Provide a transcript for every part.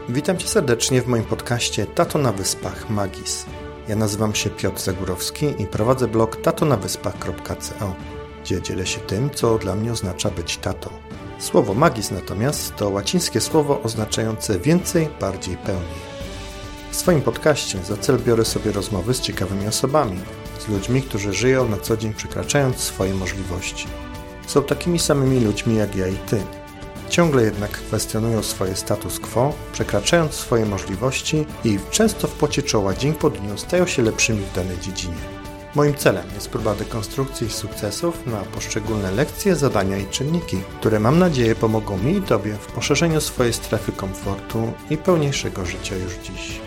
Witam Cię serdecznie w moim podcaście Tato na Wyspach Magis. Ja nazywam się Piotr Zagórowski i prowadzę blog tatonawyspach.co, gdzie dzielę się tym, co dla mnie oznacza być tatą. Słowo magis natomiast to łacińskie słowo oznaczające więcej, bardziej, pełniej. W swoim podcaście za cel biorę sobie rozmowy z ciekawymi osobami, z ludźmi, którzy żyją na co dzień przekraczając swoje możliwości. Są takimi samymi ludźmi jak ja i Ty. Ciągle jednak kwestionują swoje status quo, przekraczając swoje możliwości i często w pocie czoła dzień po dniu stają się lepszymi w danej dziedzinie. Moim celem jest próba dekonstrukcji ich sukcesów na poszczególne lekcje, zadania i czynniki, które mam nadzieję pomogą mi i Tobie w poszerzeniu swojej strefy komfortu i pełniejszego życia już dziś.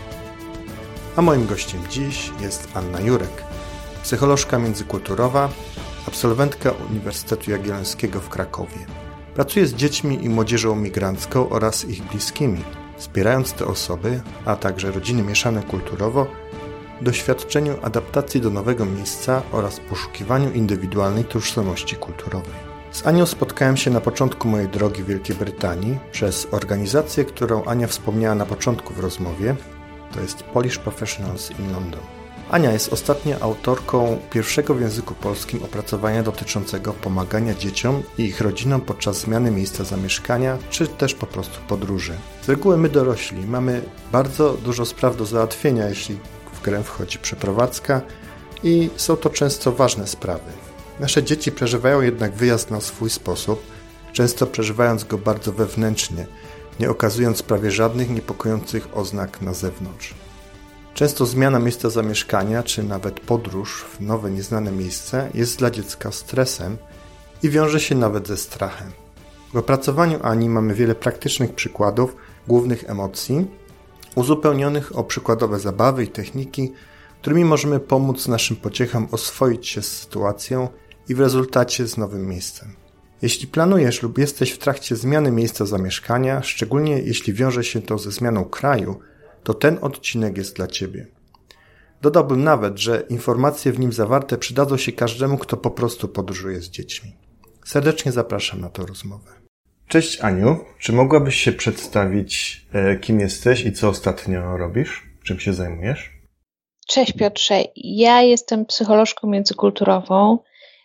A moim gościem dziś jest Anna Jurek, psycholożka międzykulturowa, absolwentka Uniwersytetu Jagiellońskiego w Krakowie. Pracuje z dziećmi i młodzieżą migrancką oraz ich bliskimi, wspierając te osoby, a także rodziny mieszane kulturowo, w doświadczeniu adaptacji do nowego miejsca oraz poszukiwaniu indywidualnej tożsamości kulturowej. Z Anią spotkałem się na początku mojej drogi w Wielkiej Brytanii przez organizację, którą Ania wspomniała na początku w rozmowie, to jest Polish Professionals in London. Ania jest ostatnio autorką pierwszego w języku polskim opracowania dotyczącego pomagania dzieciom i ich rodzinom podczas zmiany miejsca zamieszkania, czy też po prostu podróży. Z reguły my dorośli mamy bardzo dużo spraw do załatwienia, jeśli w grę wchodzi przeprowadzka i są to często ważne sprawy. Nasze dzieci przeżywają jednak wyjazd na swój sposób, często przeżywając go bardzo wewnętrznie, nie okazując prawie żadnych niepokojących oznak na zewnątrz. Często zmiana miejsca zamieszkania, czy nawet podróż w nowe, nieznane miejsce jest dla dziecka stresem i wiąże się nawet ze strachem. W opracowaniu Ani mamy wiele praktycznych przykładów głównych emocji, uzupełnionych o przykładowe zabawy i techniki, którymi możemy pomóc naszym pociechom oswoić się z sytuacją i w rezultacie z nowym miejscem. Jeśli planujesz lub jesteś w trakcie zmiany miejsca zamieszkania, szczególnie jeśli wiąże się to ze zmianą kraju, to ten odcinek jest dla Ciebie. Dodałbym nawet, że informacje w nim zawarte przydadzą się każdemu, kto po prostu podróżuje z dziećmi. Serdecznie zapraszam na tę rozmowę. Cześć Aniu, czy mogłabyś się przedstawić, kim jesteś i co ostatnio robisz? Czym się zajmujesz? Cześć Piotrze, ja jestem psycholożką międzykulturową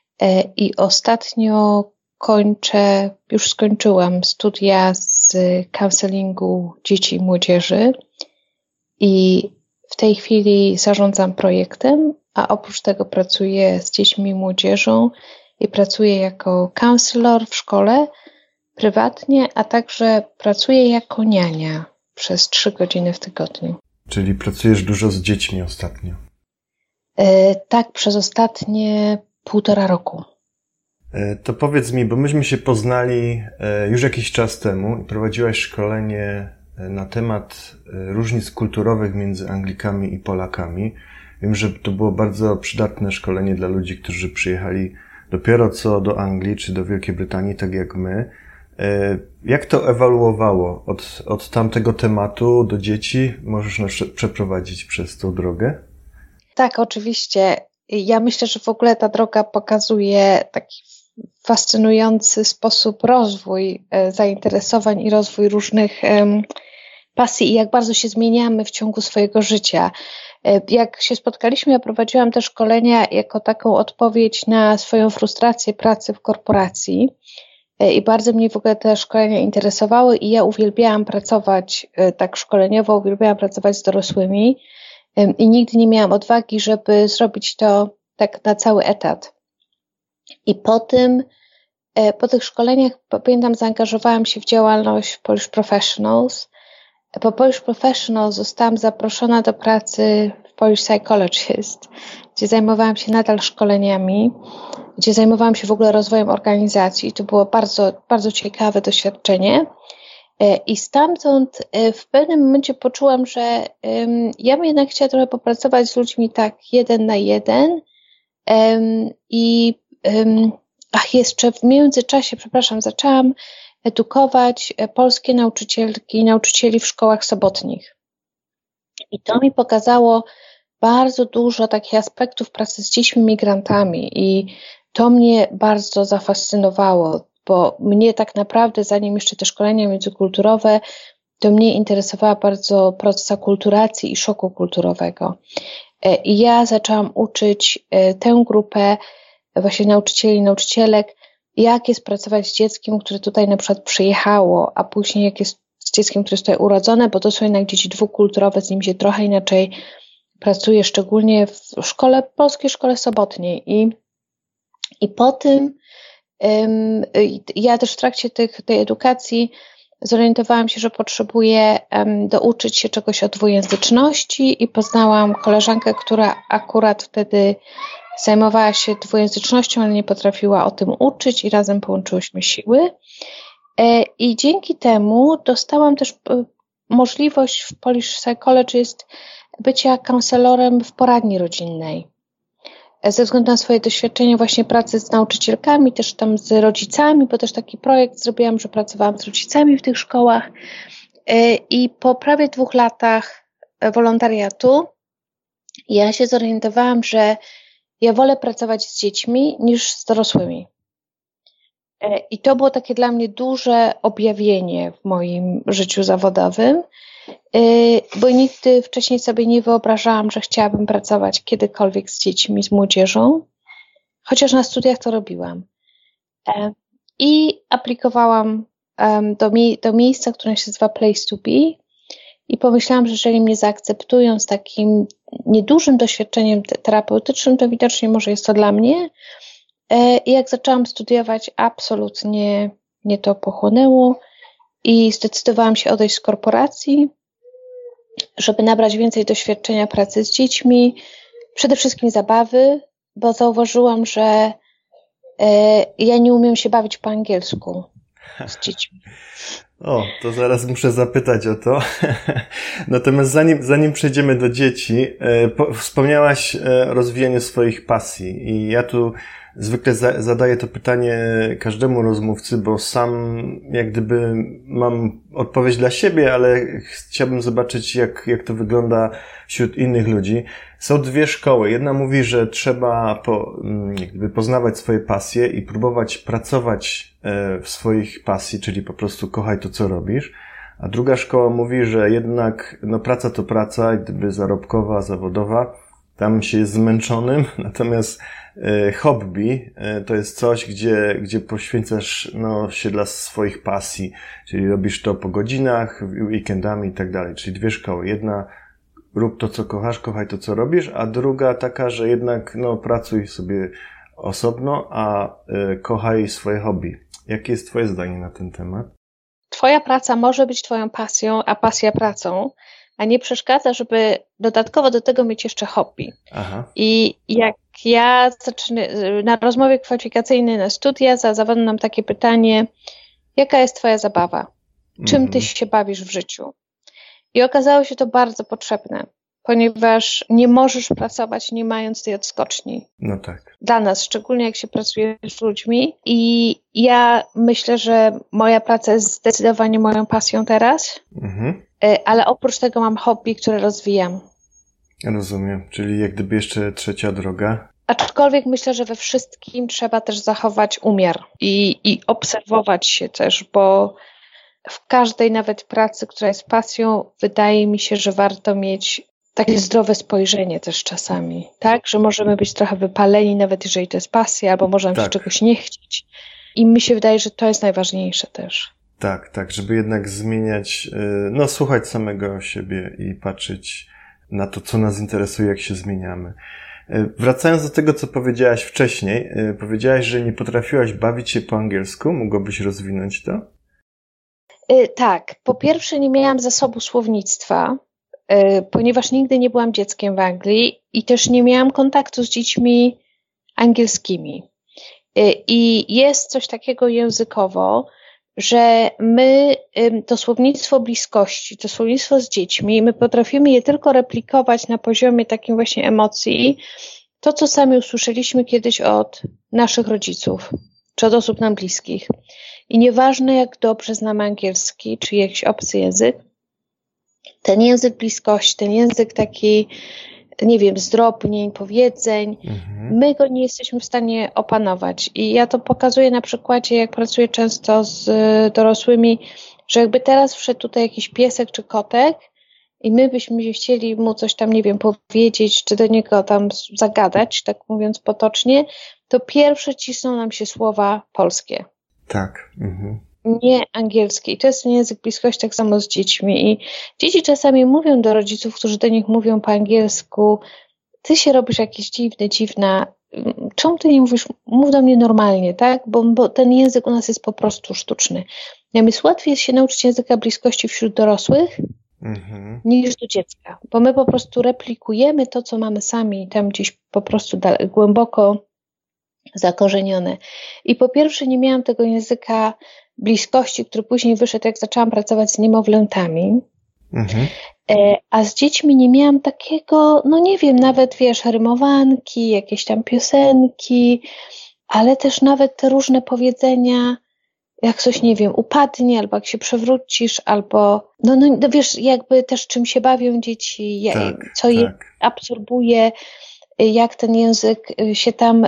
i ostatnio już skończyłam studia z counselingu dzieci i młodzieży i w tej chwili zarządzam projektem, a oprócz tego pracuję z dziećmi i młodzieżą i pracuję jako counselor w szkole prywatnie, a także pracuję jako niania przez 3 godziny w tygodniu. Czyli pracujesz dużo z dziećmi ostatnio? Tak, przez ostatnie 1,5 roku. To powiedz mi, bo myśmy się poznali już jakiś czas temu i prowadziłaś szkolenie na temat różnic kulturowych między Anglikami i Polakami. Wiem, że to było bardzo przydatne szkolenie dla ludzi, którzy przyjechali dopiero co do Anglii czy do Wielkiej Brytanii, tak jak my. Jak to ewoluowało od tamtego tematu do dzieci? Możesz nas przeprowadzić przez tą drogę? Tak, oczywiście. Ja myślę, że w ogóle ta droga pokazuje taki fascynujący sposób rozwój zainteresowań i rozwój różnych pasji i jak bardzo się zmieniamy w ciągu swojego życia. Jak się spotkaliśmy, ja prowadziłam te szkolenia jako taką odpowiedź na swoją frustrację pracy w korporacji i bardzo mnie w ogóle te szkolenia interesowały i ja uwielbiałam pracować tak szkoleniowo, uwielbiałam pracować z dorosłymi i nigdy nie miałam odwagi, żeby zrobić to tak na cały etat. I po tych szkoleniach, pamiętam, zaangażowałam się w działalność w Polish Professionals. Po Polish Professionals zostałam zaproszona do pracy w Polish Psychologist, gdzie zajmowałam się nadal szkoleniami, gdzie zajmowałam się w ogóle rozwojem organizacji. To było bardzo, bardzo ciekawe doświadczenie. I stamtąd w pewnym momencie poczułam, że ja bym jednak chciała trochę popracować z ludźmi tak 1 na 1 i jeszcze w międzyczasie, zaczęłam edukować polskie nauczycielki i nauczycieli w szkołach sobotnich. I to mi pokazało bardzo dużo takich aspektów pracy z dziećmi migrantami i to mnie bardzo zafascynowało, bo mnie tak naprawdę, zanim jeszcze te szkolenia międzykulturowe, to mnie interesowała bardzo proces akulturacji i szoku kulturowego. I ja zaczęłam uczyć tę grupę właśnie nauczycieli i nauczycielek, jak jest pracować z dzieckiem, które tutaj na przykład przyjechało, a później jak jest z dzieckiem, które jest tutaj urodzone, bo to są jednak dzieci dwukulturowe, z nim się trochę inaczej pracuje, szczególnie w polskiej szkole sobotniej. I po tym ja też w trakcie tej edukacji zorientowałam się, że potrzebuję douczyć się czegoś o dwujęzyczności i poznałam koleżankę, która akurat wtedy zajmowała się dwujęzycznością, ale nie potrafiła o tym uczyć i razem połączyłyśmy siły. I dzięki temu dostałam też możliwość w Polish Psychology jest bycia counselorem w poradni rodzinnej. Ze względu na swoje doświadczenie właśnie pracy z nauczycielkami, też tam z rodzicami, bo też taki projekt zrobiłam, że pracowałam z rodzicami w tych szkołach. I po prawie 2 latach wolontariatu ja się zorientowałam, że ja wolę pracować z dziećmi niż z dorosłymi. I to było takie dla mnie duże objawienie w moim życiu zawodowym, bo nigdy wcześniej sobie nie wyobrażałam, że chciałabym pracować kiedykolwiek z dziećmi, z młodzieżą, chociaż na studiach to robiłam. I aplikowałam do miejsca, które się nazywa Place to Be i pomyślałam, że jeżeli mnie zaakceptują z takim niedużym doświadczeniem terapeutycznym, to widocznie może jest to dla mnie. I jak zaczęłam studiować, absolutnie mnie to pochłonęło i zdecydowałam się odejść z korporacji, żeby nabrać więcej doświadczenia pracy z dziećmi, przede wszystkim zabawy, bo zauważyłam, że ja nie umiem się bawić po angielsku z dziećmi. O, to zaraz muszę zapytać o to. Natomiast zanim przejdziemy do dzieci, wspomniałaś o rozwijaniu swoich pasji i ja tu zwykle zadaję to pytanie każdemu rozmówcy, bo sam jak gdyby mam odpowiedź dla siebie, ale chciałbym zobaczyć, jak to wygląda wśród innych ludzi. Są 2 szkoły. Jedna mówi, że trzeba poznawać swoje pasje i próbować pracować w swoich pasji, czyli po prostu kochaj to, co robisz. A druga szkoła mówi, że jednak praca to praca, jak gdyby zarobkowa, zawodowa. Tam się jest zmęczonym, natomiast hobby to jest coś, gdzie poświęcasz się dla swoich pasji, czyli robisz to po godzinach, weekendami i tak dalej. Czyli 2 szkoły. Jedna rób to, co kochasz, kochaj to, co robisz, a druga taka, że jednak pracuj sobie osobno, a kochaj swoje hobby. Jakie jest twoje zdanie na ten temat? Twoja praca może być twoją pasją, a pasja pracą, a nie przeszkadza, żeby dodatkowo do tego mieć jeszcze hobby. Aha. I jak ja na rozmowie kwalifikacyjnej na studia zadawano takie pytanie, jaka jest twoja zabawa? Czym ty się bawisz w życiu? I okazało się to bardzo potrzebne, ponieważ nie możesz pracować nie mając tej odskoczni. No tak. Dla nas, szczególnie jak się pracuje z ludźmi. I ja myślę, że moja praca jest zdecydowanie moją pasją teraz, ale oprócz tego mam hobby, które rozwijam. Rozumiem, czyli jak gdyby jeszcze trzecia droga. Aczkolwiek myślę, że we wszystkim trzeba też zachować umiar i obserwować się też, bo w każdej nawet pracy, która jest pasją, wydaje mi się, że warto mieć takie zdrowe spojrzenie też czasami, tak? Że możemy być trochę wypaleni, nawet jeżeli to jest pasja, albo może nam się czegoś nie chcieć. I mi się wydaje, że to jest najważniejsze też. Tak, żeby jednak zmieniać, słuchać samego siebie i patrzeć na to, co nas interesuje, jak się zmieniamy. Wracając do tego, co powiedziałaś wcześniej, powiedziałaś, że nie potrafiłaś bawić się po angielsku. Mogłabyś rozwinąć to? Tak. Po pierwsze, nie miałam zasobu słownictwa, ponieważ nigdy nie byłam dzieckiem w Anglii i też nie miałam kontaktu z dziećmi angielskimi. I jest coś takiego językowo, że my to słownictwo bliskości, to słownictwo z dziećmi, my potrafimy je tylko replikować na poziomie takim właśnie emocji, to co sami usłyszeliśmy kiedyś od naszych rodziców, czy od osób nam bliskich. I nieważne jak dobrze znamy angielski, czy jakiś obcy język, ten język bliskości, ten język taki, nie wiem, zdrobnień, powiedzeń, my go nie jesteśmy w stanie opanować. I ja to pokazuję na przykładzie, jak pracuję często z dorosłymi że jakby teraz wszedł tutaj jakiś piesek czy kotek i my byśmy chcieli mu coś tam, nie wiem, powiedzieć, czy do niego tam zagadać, tak mówiąc potocznie, to pierwsze cisną nam się słowa polskie. Tak. Nie angielskie. I to jest ten język bliskości tak samo z dziećmi. I dzieci czasami mówią do rodziców, którzy do nich mówią po angielsku: ty się robisz jakiś dziwna. Czemu ty nie mówisz? Mów do mnie normalnie, tak? Bo ten język u nas jest po prostu sztuczny. Nam jest łatwiej się nauczyć języka bliskości wśród dorosłych niż do dziecka. Bo my po prostu replikujemy to, co mamy sami tam gdzieś po prostu głęboko zakorzenione. I po pierwsze nie miałam tego języka bliskości, który później wyszedł, jak zaczęłam pracować z niemowlętami. A z dziećmi nie miałam takiego, no nie wiem, nawet wiesz, rymowanki, jakieś tam piosenki, ale też nawet te różne powiedzenia, jak coś, nie wiem, upadnie, albo jak się przewrócisz, albo, no wiesz, jakby też czym się bawią dzieci, co je absorbuje, jak ten język się tam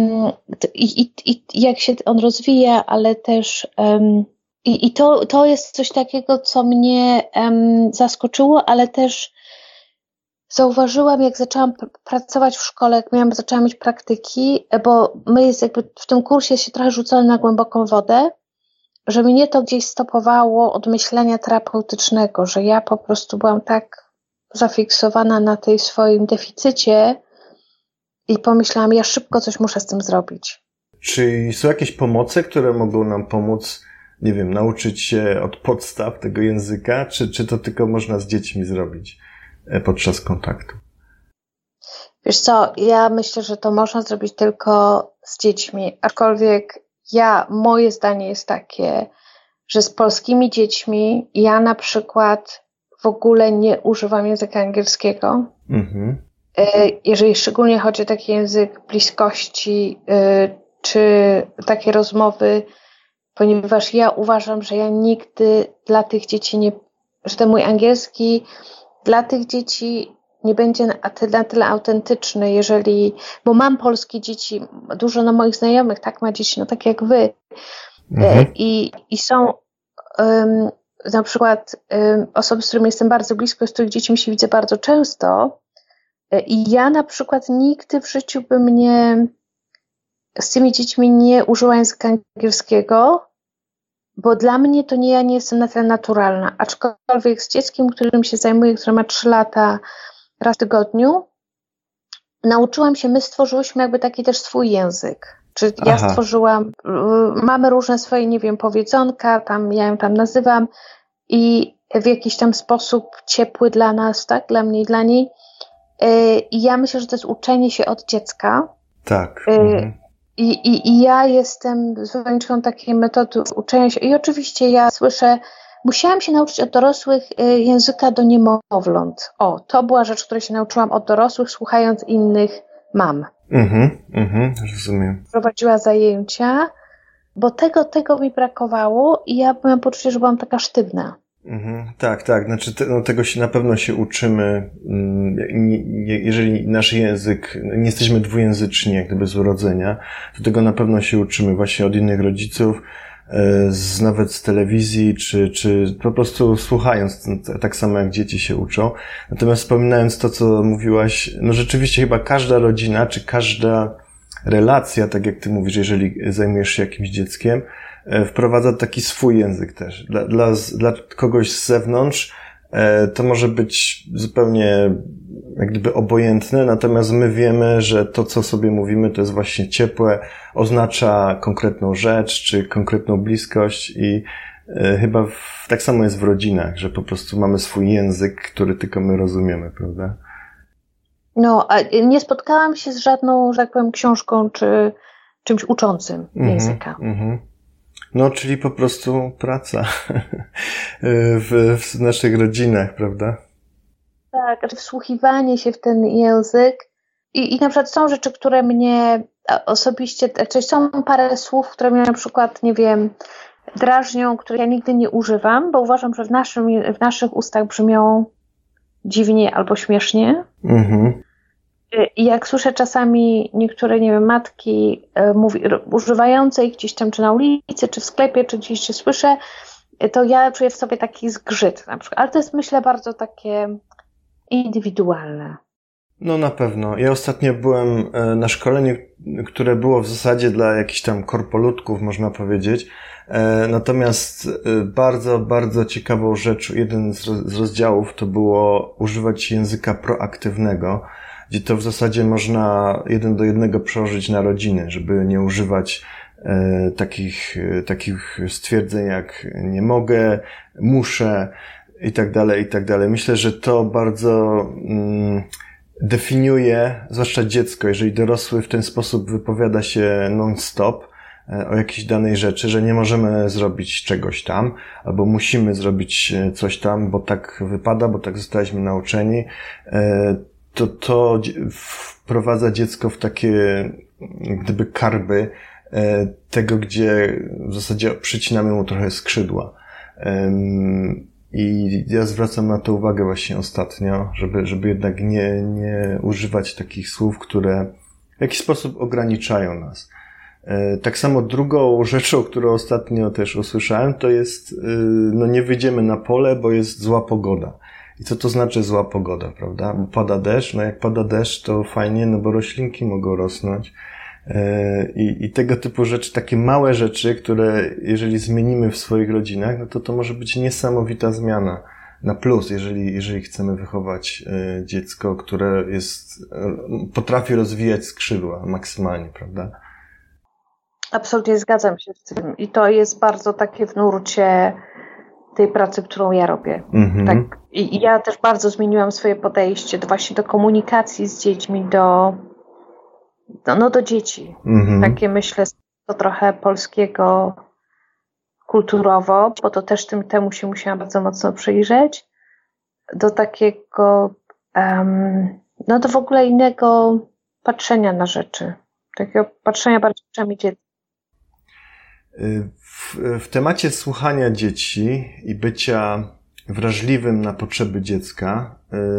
i jak się on rozwija, ale też i to jest coś takiego, co mnie zaskoczyło, ale też zauważyłam, jak zaczęłam pracować w szkole, jak zaczęłam mieć praktyki, bo my jest jakby w tym kursie się trochę rzucone na głęboką wodę, że mnie to gdzieś stopowało od myślenia terapeutycznego, że ja po prostu byłam tak zafiksowana na tej swoim deficycie i pomyślałam, ja szybko coś muszę z tym zrobić. Czy są jakieś pomoce, które mogą nam pomóc, nie wiem, nauczyć się od podstaw tego języka, czy to tylko można z dziećmi zrobić podczas kontaktu? Wiesz co, ja myślę, że to można zrobić tylko z dziećmi, aczkolwiek moje zdanie jest takie, że z polskimi dziećmi ja na przykład w ogóle nie używam języka angielskiego. Jeżeli szczególnie chodzi o taki język bliskości, czy takie rozmowy, ponieważ ja uważam, że ja nigdy dla tych dzieci że ten mój angielski dla tych dzieci nie będzie na tyle autentyczny, bo mam polskie dzieci, dużo moich znajomych tak ma dzieci, no tak jak wy. I są na przykład osoby, z którymi jestem bardzo blisko, z których dziećmi się widzę bardzo często, i ja na przykład nigdy w życiu z tymi dziećmi nie użyła języka angielskiego, bo dla mnie to ja nie jestem na tyle naturalna. Aczkolwiek z dzieckiem, którym się zajmuję, które ma 3 lata, raz w tygodniu, nauczyłam się, my stworzyłyśmy jakby taki też swój język. Czy ja stworzyłam, mamy różne swoje, nie wiem, powiedzonka, ja ją tam nazywam i w jakiś tam sposób ciepły dla nas, tak, dla mnie i dla niej. I ja myślę, że to jest uczenie się od dziecka. Tak. I ja jestem zwolenniczką takiej metody uczenia się. I oczywiście ja słyszę, musiałam się nauczyć od dorosłych języka do niemowląt. To była rzecz, której się nauczyłam od dorosłych, słuchając innych mam. Rozumiem. Prowadziła zajęcia, bo tego mi brakowało i ja miałam poczucie, że byłam taka sztywna. Tak. Znaczy tego się na pewno się uczymy. Jeżeli nasz język, nie jesteśmy dwujęzyczni jak gdyby z urodzenia, to tego na pewno się uczymy właśnie od innych rodziców, nawet z telewizji, czy po prostu słuchając, tak samo jak dzieci się uczą. Natomiast wspominając to, co mówiłaś, no rzeczywiście chyba każda rodzina, czy każda relacja, tak jak ty mówisz, jeżeli zajmujesz się jakimś dzieckiem, wprowadza taki swój język też. Dla kogoś z zewnątrz to może być zupełnie jak gdyby obojętne, natomiast my wiemy, że to, co sobie mówimy, to jest właśnie ciepłe, oznacza konkretną rzecz, czy konkretną bliskość i chyba tak samo jest w rodzinach, że po prostu mamy swój język, który tylko my rozumiemy, prawda? No, a nie spotkałam się z żadną, że tak powiem, książką, czy czymś uczącym języka. No, czyli po prostu praca w naszych rodzinach, prawda? Tak, wsłuchiwanie się w ten język i na przykład są rzeczy, które mnie osobiście, czyli są parę słów, które mnie na przykład, nie wiem, drażnią, których ja nigdy nie używam, bo uważam, że w naszych ustach brzmią dziwnie albo śmiesznie. I jak słyszę czasami niektóre, nie wiem, matki używające ich gdzieś tam, czy na ulicy, czy w sklepie, czy gdzieś się słyszę, to ja czuję w sobie taki zgrzyt na przykład, ale to jest, myślę, bardzo takie indywidualne. No na pewno. Ja ostatnio byłem na szkoleniu, które było w zasadzie dla jakichś tam korpolutków, można powiedzieć. Natomiast bardzo, bardzo ciekawą rzecz, jeden z rozdziałów to było używać języka proaktywnego, gdzie to w zasadzie można 1:1 przełożyć na rodziny, żeby nie używać takich stwierdzeń jak nie mogę, muszę i tak dalej, i tak dalej. Myślę, że to bardzo definiuje, zwłaszcza dziecko, jeżeli dorosły w ten sposób wypowiada się non-stop o jakiejś danej rzeczy, że nie możemy zrobić czegoś tam, albo musimy zrobić coś tam, bo tak wypada, bo tak zostaliśmy nauczeni, to wprowadza dziecko w takie gdyby karby tego, gdzie w zasadzie przycinamy mu trochę skrzydła. I ja zwracam na to uwagę właśnie ostatnio, żeby jednak nie używać takich słów, które w jakiś sposób ograniczają nas. Tak samo drugą rzeczą, którą ostatnio też usłyszałem, to jest, nie wyjdziemy na pole, bo jest zła pogoda. I co to znaczy zła pogoda, prawda? Bo pada deszcz, jak pada deszcz, to fajnie, bo roślinki mogą rosnąć. I tego typu rzeczy, takie małe rzeczy, które jeżeli zmienimy w swoich rodzinach, to może być niesamowita zmiana na plus, jeżeli chcemy wychować dziecko, które potrafi rozwijać skrzydła maksymalnie, prawda? Absolutnie zgadzam się z tym. I to jest bardzo takie w nurcie tej pracy, którą ja robię. Mhm. Tak. I ja też bardzo zmieniłam swoje podejście do komunikacji z dziećmi, do dzieci. Mhm. Takie myślę, to trochę polskiego kulturowo, bo to też temu się musiałam bardzo mocno przyjrzeć, do takiego do w ogóle innego patrzenia na rzeczy. Takiego patrzenia bardziej oczami dziecka. W temacie słuchania dzieci i bycia wrażliwym na potrzeby dziecka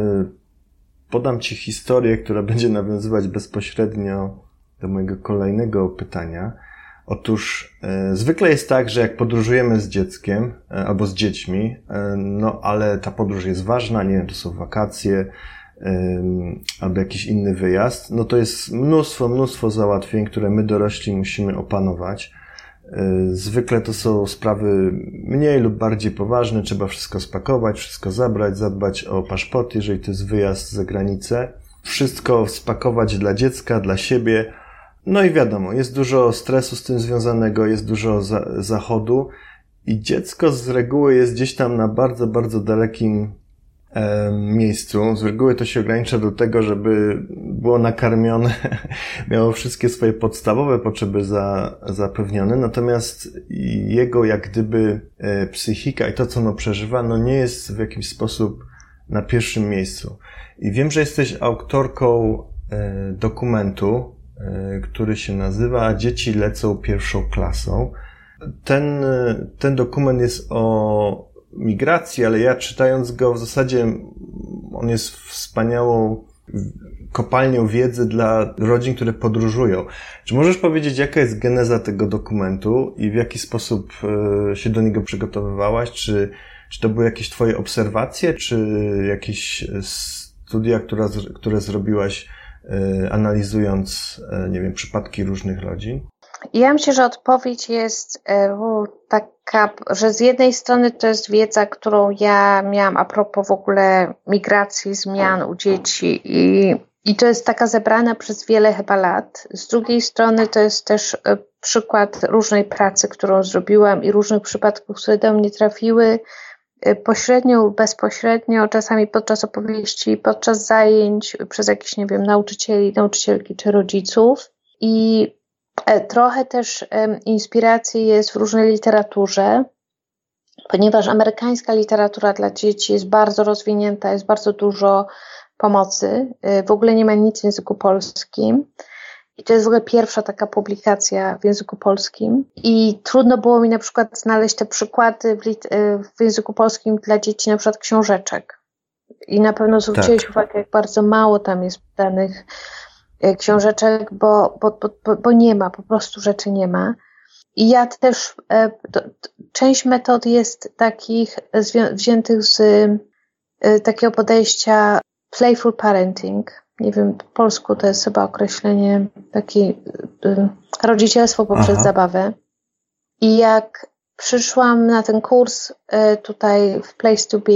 podam Ci historię, która będzie nawiązywać bezpośrednio do mojego kolejnego pytania. Otóż zwykle jest tak, że jak podróżujemy z dzieckiem albo z dziećmi, ale ta podróż jest ważna, nie wiem, to są wakacje albo jakiś inny wyjazd, to jest mnóstwo załatwień, które my dorośli musimy opanować. Zwykle to są sprawy mniej lub bardziej poważne, trzeba wszystko spakować, wszystko zabrać, zadbać o paszport, jeżeli to jest wyjazd za granicę, wszystko spakować dla dziecka, dla siebie. I wiadomo, jest dużo stresu z tym związanego, jest dużo zachodu i dziecko z reguły jest gdzieś tam na bardzo, bardzo dalekim miejscu. Z reguły to się ogranicza do tego, żeby było nakarmione, miało wszystkie swoje podstawowe potrzeby zapewnione, natomiast jego jak gdyby psychika i to, co ono przeżywa, nie jest w jakiś sposób na pierwszym miejscu. I wiem, że jesteś autorką dokumentu, który się nazywa Dzieci lecą pierwszą klasą. Ten dokument jest o migracji, ale ja czytając go w zasadzie on jest wspaniałą kopalnią wiedzy dla rodzin, które podróżują. Czy możesz powiedzieć, jaka jest geneza tego dokumentu i w jaki sposób się do niego przygotowywałaś? Czy to były jakieś twoje obserwacje, czy jakieś studia, które zrobiłaś analizując, nie wiem, przypadki różnych rodzin? Ja myślę, że odpowiedź jest taka, że z jednej strony to jest wiedza, którą ja miałam a propos w ogóle migracji, zmian u dzieci i to jest taka zebrana przez wiele chyba lat. Z drugiej strony to jest też przykład różnej pracy, którą zrobiłam i różnych przypadków, które do mnie trafiły pośrednio lub bezpośrednio, czasami podczas opowieści, podczas zajęć, przez jakichś, nie wiem, nauczycielki czy rodziców. I trochę też inspiracji jest w różnej literaturze, ponieważ amerykańska literatura dla dzieci jest bardzo rozwinięta, jest bardzo dużo pomocy. W ogóle nie ma nic w języku polskim. I to jest w ogóle pierwsza taka publikacja w języku polskim. I trudno było mi na przykład znaleźć te przykłady w języku polskim dla dzieci, na przykład książeczek. I na pewno zwróciłeś uwagę, jak bardzo mało tam jest danych książeczek, bo nie ma, po prostu rzeczy nie ma. I ja też, część metod jest takich wziętych z takiego podejścia playful parenting. Nie wiem, w polsku to jest chyba określenie takie rodzicielstwo poprzez zabawę. I jak przyszłam na ten kurs tutaj w Place to Be,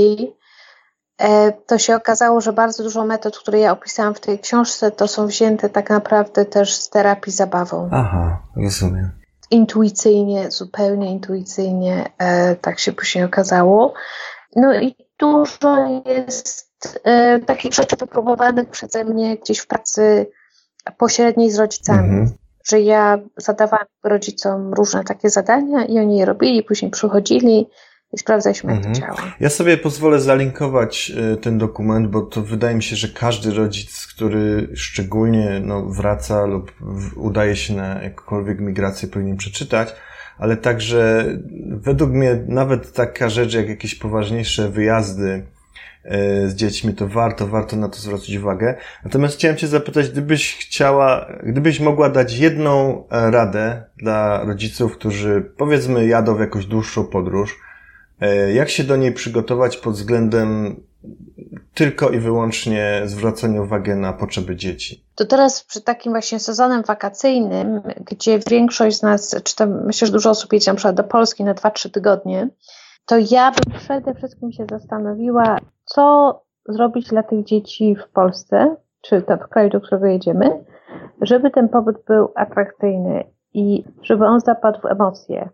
to się okazało, że bardzo dużo metod, które ja opisałam w tej książce, to są wzięte tak naprawdę też z terapii zabawą. Aha, rozumiem. Intuicyjnie, zupełnie intuicyjnie, tak się później okazało. No i dużo jest takich rzeczy wypróbowanych przeze mnie gdzieś w pracy pośredniej z rodzicami, że ja zadawałam rodzicom różne takie zadania i oni je robili, później przychodzili i sprawdzaliśmy, jak to działa. Ja sobie pozwolę zalinkować ten dokument, bo to wydaje mi się, że każdy rodzic, który szczególnie wraca lub udaje się na jakąkolwiek migrację, powinien przeczytać, ale także według mnie nawet taka rzecz jak jakieś poważniejsze wyjazdy z dziećmi, to warto na to zwrócić uwagę. Natomiast chciałem Cię zapytać, gdybyś mogła dać jedną radę dla rodziców, którzy powiedzmy jadą w jakąś dłuższą podróż, jak się do niej przygotować pod względem tylko i wyłącznie zwracania uwagi na potrzeby dzieci? To teraz przed takim właśnie sezonem wakacyjnym, gdzie większość z nas, czy tam myślę, że dużo osób jedzie na przykład do Polski na 2-3 tygodnie, to ja bym przede wszystkim się zastanowiła, co zrobić dla tych dzieci w Polsce, czy to w kraju, do którego jedziemy, żeby ten pobyt był atrakcyjny i żeby on zapadł w emocje.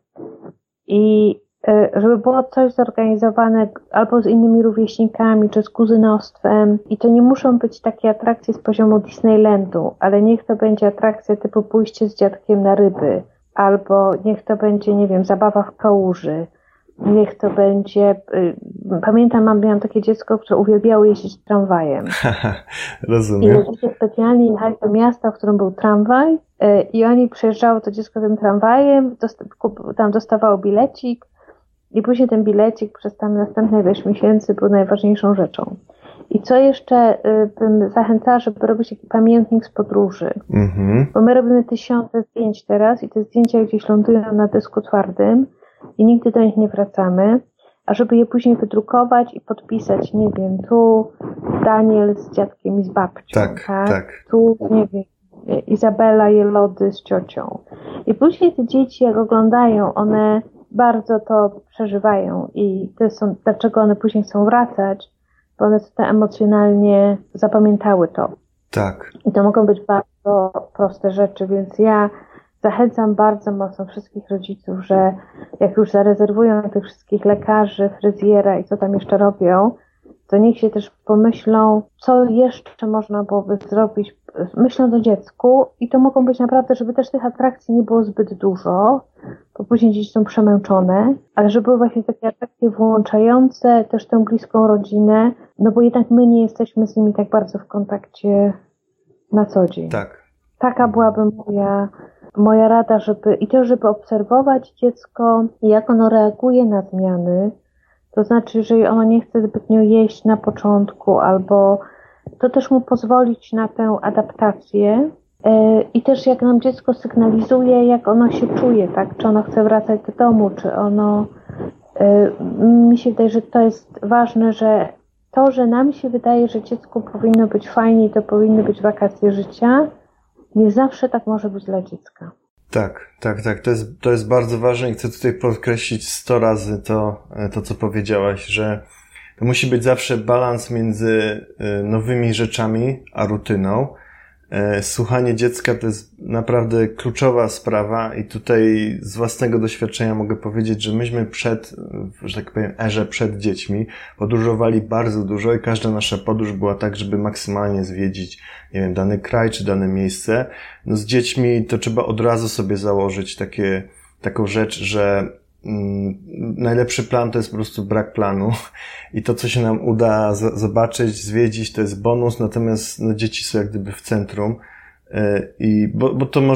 I żeby było coś zorganizowane albo z innymi rówieśnikami, czy z kuzynostwem. I to nie muszą być takie atrakcje z poziomu Disneylandu, ale niech to będzie atrakcja typu pójście z dziadkiem na ryby, albo niech to będzie, nie wiem, zabawa w kałuży. Niech to będzie... Pamiętam, miałam takie dziecko, które uwielbiało jeździć tramwajem. Rozumiem. I ludzie specjalnie jechali do miasta, w którym był tramwaj i oni przejeżdżało to dziecko tym tramwajem, tam dostawało bilecik i później ten bilecik przez tam następne 6 miesięcy był najważniejszą rzeczą. I co jeszcze bym zachęcała, żeby robić taki pamiętnik z podróży. Bo my robimy 1000 zdjęć teraz i te zdjęcia gdzieś lądują na dysku twardym i nigdy do nich nie wracamy, a żeby je później wydrukować i podpisać, nie wiem, tu Daniel z dziadkiem i z babcią, tak? Tu, nie wiem, Izabela je lody z ciocią. I później te dzieci, jak oglądają, one bardzo to przeżywają i to są, dlaczego one później chcą wracać, bo one sobie emocjonalnie zapamiętały to. Tak. I to mogą być bardzo proste rzeczy, więc ja zachęcam bardzo mocno wszystkich rodziców, że jak już zarezerwują tych wszystkich lekarzy, fryzjera i co tam jeszcze robią, to niech się też pomyślą, co jeszcze można byłoby zrobić, myśląc o dziecku i to mogą być naprawdę, żeby też tych atrakcji nie było zbyt dużo, bo później dzieci są przemęczone, ale żeby były właśnie takie atrakcje włączające też tę bliską rodzinę, no bo jednak my nie jesteśmy z nimi tak bardzo w kontakcie na co dzień. Tak. Taka byłaby moja rada, żeby obserwować dziecko, jak ono reaguje na zmiany. To znaczy, jeżeli ono nie chce zbytnio jeść na początku, albo to też mu pozwolić na tę adaptację. I też jak nam dziecko sygnalizuje, jak ono się czuje, tak? Czy ono chce wracać do domu, czy ono... Mi się wydaje, że to jest ważne, że to, że nam się wydaje, że dziecku powinno być fajnie, to powinny być wakacje życia, nie zawsze tak może być dla dziecka. Tak. To jest bardzo ważne i chcę tutaj podkreślić 100 razy to, co powiedziałaś, że to musi być zawsze balans między nowymi rzeczami a rutyną. Słuchanie dziecka to jest naprawdę kluczowa sprawa i tutaj z własnego doświadczenia mogę powiedzieć, że myśmy że tak powiem, erze przed dziećmi podróżowali bardzo dużo i każda nasza podróż była tak, żeby maksymalnie zwiedzić, nie wiem, dany kraj czy dane miejsce. No z dziećmi to trzeba od razu sobie założyć taką rzecz, że najlepszy plan to jest po prostu brak planu i to, co się nam uda zobaczyć, zwiedzić, to jest bonus, natomiast dzieci są jak gdyby w centrum bo to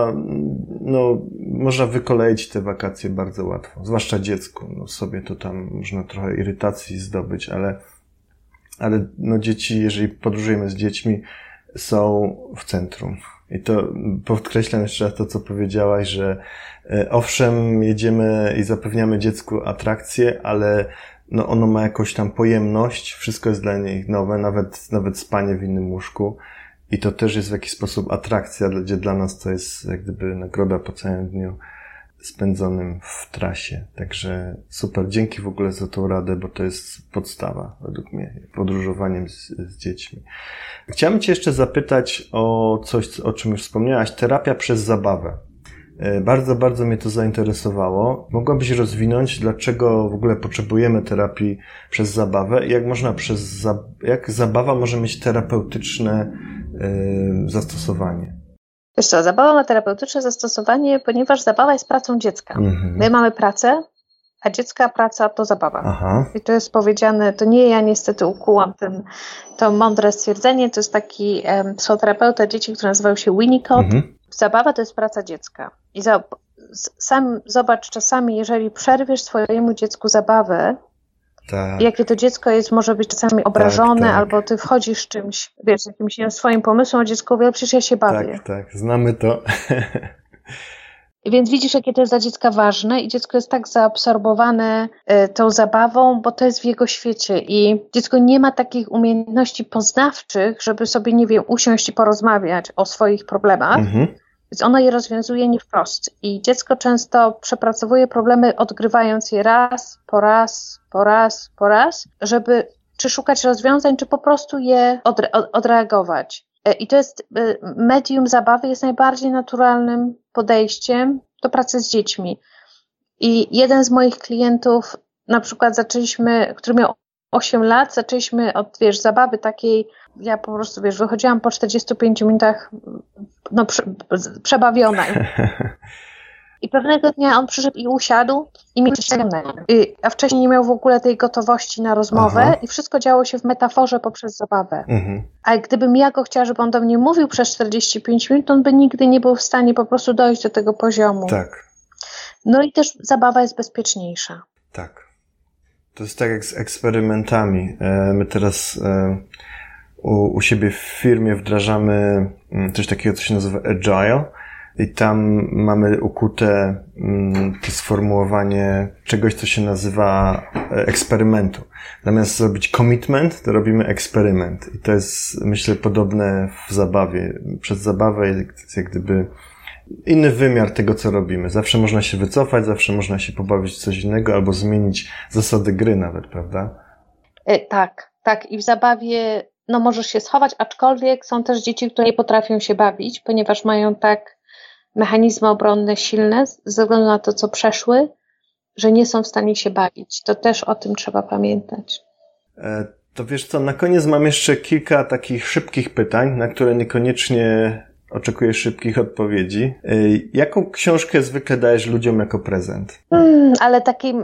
można wykoleić te wakacje bardzo łatwo, zwłaszcza dziecku, sobie to tam można trochę irytacji zdobyć, ale dzieci, jeżeli podróżujemy z dziećmi, są w centrum. I to podkreślam jeszcze raz to, co powiedziałaś, że owszem, jedziemy i zapewniamy dziecku atrakcję, ale no ono ma jakąś tam pojemność, wszystko jest dla niej nowe, nawet spanie w innym łóżku. I to też jest w jakiś sposób atrakcja, gdzie dla nas to jest jak gdyby nagroda po całym dniu spędzonym w trasie. Także super, dzięki w ogóle za tą radę, bo to jest podstawa według mnie, podróżowaniem z dziećmi. Chciałem Cię jeszcze zapytać o coś, o czym już wspomniałaś, terapia przez zabawę. Bardzo, bardzo mnie to zainteresowało. Mogłabyś rozwinąć, dlaczego w ogóle potrzebujemy terapii przez zabawę i jak zabawa może mieć terapeutyczne zastosowanie? Wiesz co, zabawa ma terapeutyczne zastosowanie, ponieważ zabawa jest pracą dziecka. My mamy pracę, a dziecka praca to zabawa. Aha. I to jest powiedziane, to nie ja niestety ukułam to mądre stwierdzenie, to jest taki psychoterapeuta dzieci, który nazywał się Winnicott. Zabawa to jest praca dziecka. I sam zobacz czasami, jeżeli przerwiesz swojemu dziecku zabawę, tak. Jakie to dziecko jest, może być czasami obrażone, tak. Albo ty wchodzisz czymś, wiesz, jakimś swoim pomysłem, a dziecko mówi, przecież ja się bawię. Tak, znamy to. Więc widzisz, jakie to jest dla dziecka ważne i dziecko jest tak zaabsorbowane tą zabawą, bo to jest w jego świecie i dziecko nie ma takich umiejętności poznawczych, żeby sobie, nie wiem, usiąść i porozmawiać o swoich problemach. Więc ono je rozwiązuje nie wprost. I dziecko często przepracowuje problemy, odgrywając je raz, po raz, żeby czy szukać rozwiązań, czy po prostu je odreagować. I to jest, medium zabawy jest najbardziej naturalnym podejściem do pracy z dziećmi. I jeden z moich klientów, na przykład który miał 8 lat, zaczęliśmy od, zabawy takiej, ja po prostu, wychodziłam po 45 minutach, przebawiona. I pewnego dnia on przyszedł i usiadł i mi przyciągnął. A wcześniej nie miał w ogóle tej gotowości na rozmowę i wszystko działo się w metaforze poprzez zabawę. A gdybym ja go chciała, żeby on do mnie mówił przez 45 minut, on by nigdy nie był w stanie po prostu dojść do tego poziomu. Tak. No i też zabawa jest bezpieczniejsza. Tak. To jest tak jak z eksperymentami. My teraz u siebie w firmie wdrażamy coś takiego, co się nazywa Agile i tam mamy ukute to sformułowanie czegoś, co się nazywa eksperymentu. Zamiast zrobić commitment, to robimy eksperyment. I to jest, myślę, podobne w zabawie. Przez zabawę jest jak gdyby inny wymiar tego, co robimy. Zawsze można się wycofać, zawsze można się pobawić w coś innego albo zmienić zasady gry nawet, prawda? Tak. I w zabawie możesz się schować, aczkolwiek są też dzieci, które nie potrafią się bawić, ponieważ mają tak mechanizmy obronne silne, ze względu na to, co przeszły, że nie są w stanie się bawić. To też o tym trzeba pamiętać. To wiesz co, na koniec mam jeszcze kilka takich szybkich pytań, na które niekoniecznie oczekuję szybkich odpowiedzi. Jaką książkę zwykle dajesz ludziom jako prezent? Ale takim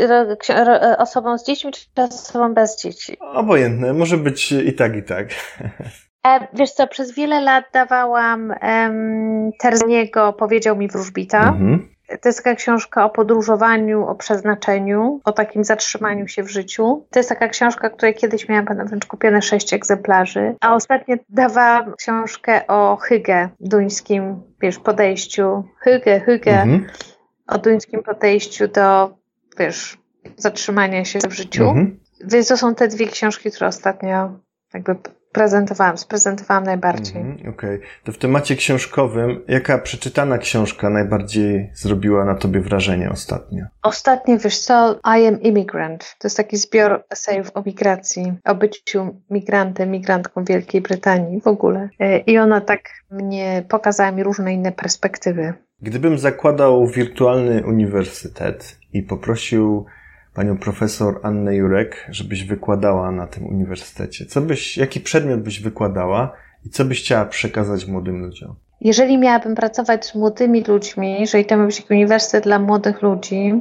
osobom z dziećmi, czy osobom bez dzieci? Obojętne, może być i tak, i tak. Wiesz co, przez wiele lat dawałam Terzaniego Powiedział mi wróżbita. To jest taka książka o podróżowaniu, o przeznaczeniu, o takim zatrzymaniu się w życiu. To jest taka książka, której kiedyś miałam wręcz kupione 6 egzemplarzy. A ostatnio dawałam książkę o hygge, duńskim, podejściu. Hygge, o duńskim podejściu do, zatrzymania się w życiu. Więc to są te 2 książki, które ostatnio sprezentowałam najbardziej. Okej. To w temacie książkowym, jaka przeczytana książka najbardziej zrobiła na tobie wrażenie ostatnio? Ostatnio, I Am Immigrant. To jest taki zbiór esejów o migracji, o byciu migrantką w Wielkiej Brytanii w ogóle. I ona tak pokazała mi różne inne perspektywy. Gdybym zakładał wirtualny uniwersytet i poprosił panią profesor Annę Jurek, żebyś wykładała na tym uniwersytecie. Jaki przedmiot byś wykładała i co byś chciała przekazać młodym ludziom? Jeżeli miałabym pracować z młodymi ludźmi, jeżeli to ma być taki uniwersytet dla młodych ludzi,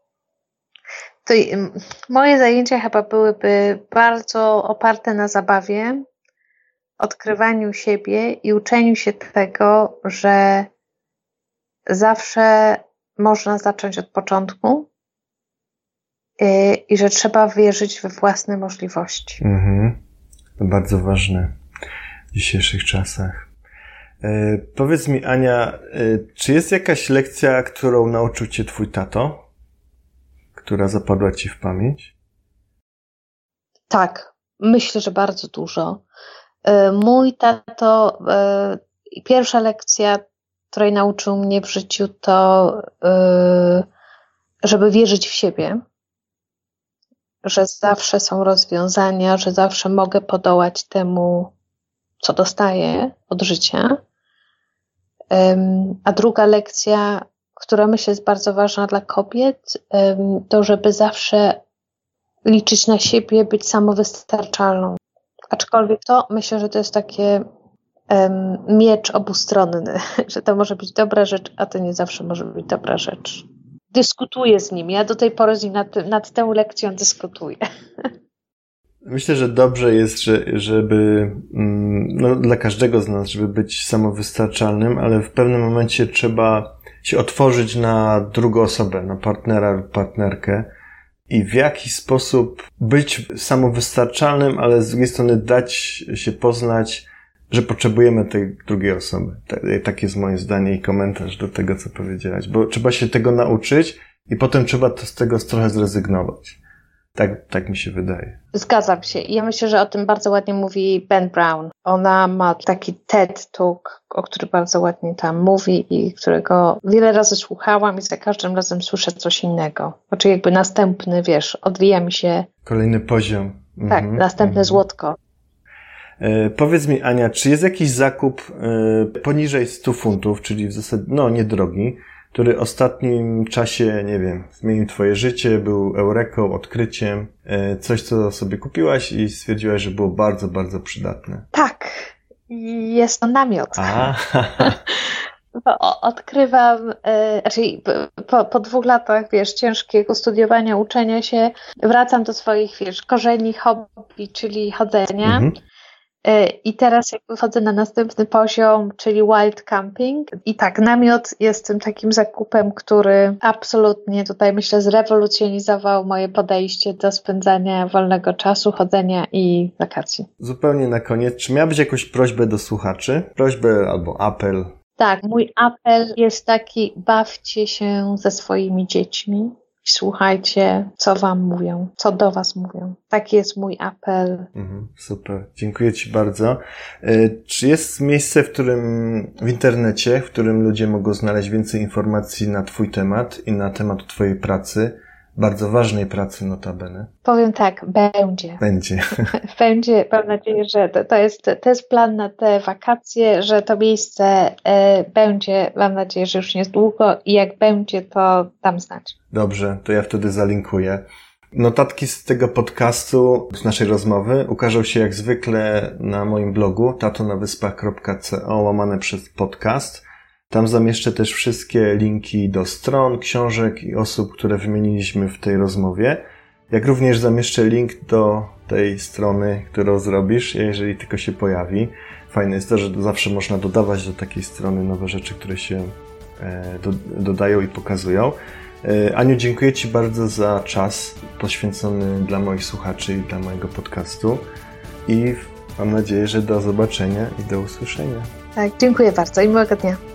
to moje zajęcia chyba byłyby bardzo oparte na zabawie, odkrywaniu siebie i uczeniu się tego, że zawsze można zacząć od początku, i że trzeba wierzyć we własne możliwości. To bardzo ważne. w dzisiejszych czasach. Powiedz mi, Ania, czy jest jakaś lekcja, którą nauczył cię twój tato, która zapadła ci w pamięć? Tak, myślę, że bardzo dużo. Mój tato, pierwsza lekcja, której nauczył mnie w życiu, to żeby wierzyć w siebie, że zawsze są rozwiązania, że zawsze mogę podołać temu, co dostaję od życia. A druga lekcja, która myślę jest bardzo ważna dla kobiet, to żeby zawsze liczyć na siebie, być samowystarczalną. Aczkolwiek to myślę, że to jest takie miecz obustronny, że to może być dobra rzecz, a to nie zawsze może być dobra rzecz. Dyskutuję z nim. Ja do tej pory z nim nad tą lekcją dyskutuję. Myślę, że dobrze jest, żeby dla każdego z nas, żeby być samowystarczalnym, ale w pewnym momencie trzeba się otworzyć na drugą osobę, na partnera lub partnerkę i w jakiś sposób być samowystarczalnym, ale z drugiej strony dać się poznać, że potrzebujemy tej drugiej osoby. Tak jest moje zdanie i komentarz do tego, co powiedziałaś, bo trzeba się tego nauczyć i potem trzeba z tego trochę zrezygnować. Tak mi się wydaje. Zgadzam się. Ja myślę, że o tym bardzo ładnie mówi Ben Brown. Ona ma taki TED Talk, o którym bardzo ładnie tam mówi i którego wiele razy słuchałam i za każdym razem słyszę coś innego. Znaczy jakby następny, odwija mi się... Kolejny poziom. Tak, następne złotko. Powiedz mi, Ania, czy jest jakiś zakup poniżej 100 funtów, czyli w zasadzie, niedrogi, który w ostatnim czasie, nie wiem, zmienił twoje życie, był eureką, odkryciem, coś, co sobie kupiłaś i stwierdziłaś, że było bardzo, bardzo przydatne? Tak, jest to namiot. Odkrywam, po 2 latach, ciężkiego studiowania, uczenia się, wracam do swoich, korzeni, hobby, czyli chodzenia. I teraz jakby wchodzę na następny poziom, czyli wild camping. I tak, namiot jest tym takim zakupem, który absolutnie tutaj, myślę, zrewolucjonizował moje podejście do spędzania wolnego czasu, chodzenia i wakacji. Zupełnie na koniec, czy miałabyś jakąś prośbę do słuchaczy? Prośbę albo apel? Tak, mój apel jest taki: bawcie się ze swoimi dziećmi. Słuchajcie, co wam mówią, co do was mówią. Taki jest mój apel. Super, dziękuję ci bardzo. Czy jest miejsce, w internecie, w którym ludzie mogą znaleźć więcej informacji na twój temat i na temat twojej pracy? Bardzo ważnej pracy notabene. Powiem tak, będzie. Będzie, mam nadzieję, że to jest plan na te wakacje, że to miejsce będzie, mam nadzieję, że już niedługo i jak będzie, to dam znać. Dobrze, to ja wtedy zalinkuję. Notatki z tego podcastu, z naszej rozmowy ukażą się jak zwykle na moim blogu tatonawyspach.co/podcast. Tam zamieszczę też wszystkie linki do stron, książek i osób, które wymieniliśmy w tej rozmowie. Jak również zamieszczę link do tej strony, którą zrobisz, jeżeli tylko się pojawi. Fajne jest to, że zawsze można dodawać do takiej strony nowe rzeczy, które się dodają i pokazują. Aniu, dziękuję ci bardzo za czas poświęcony dla moich słuchaczy i dla mojego podcastu. I mam nadzieję, że do zobaczenia i do usłyszenia. Tak, dziękuję bardzo i miłego dnia.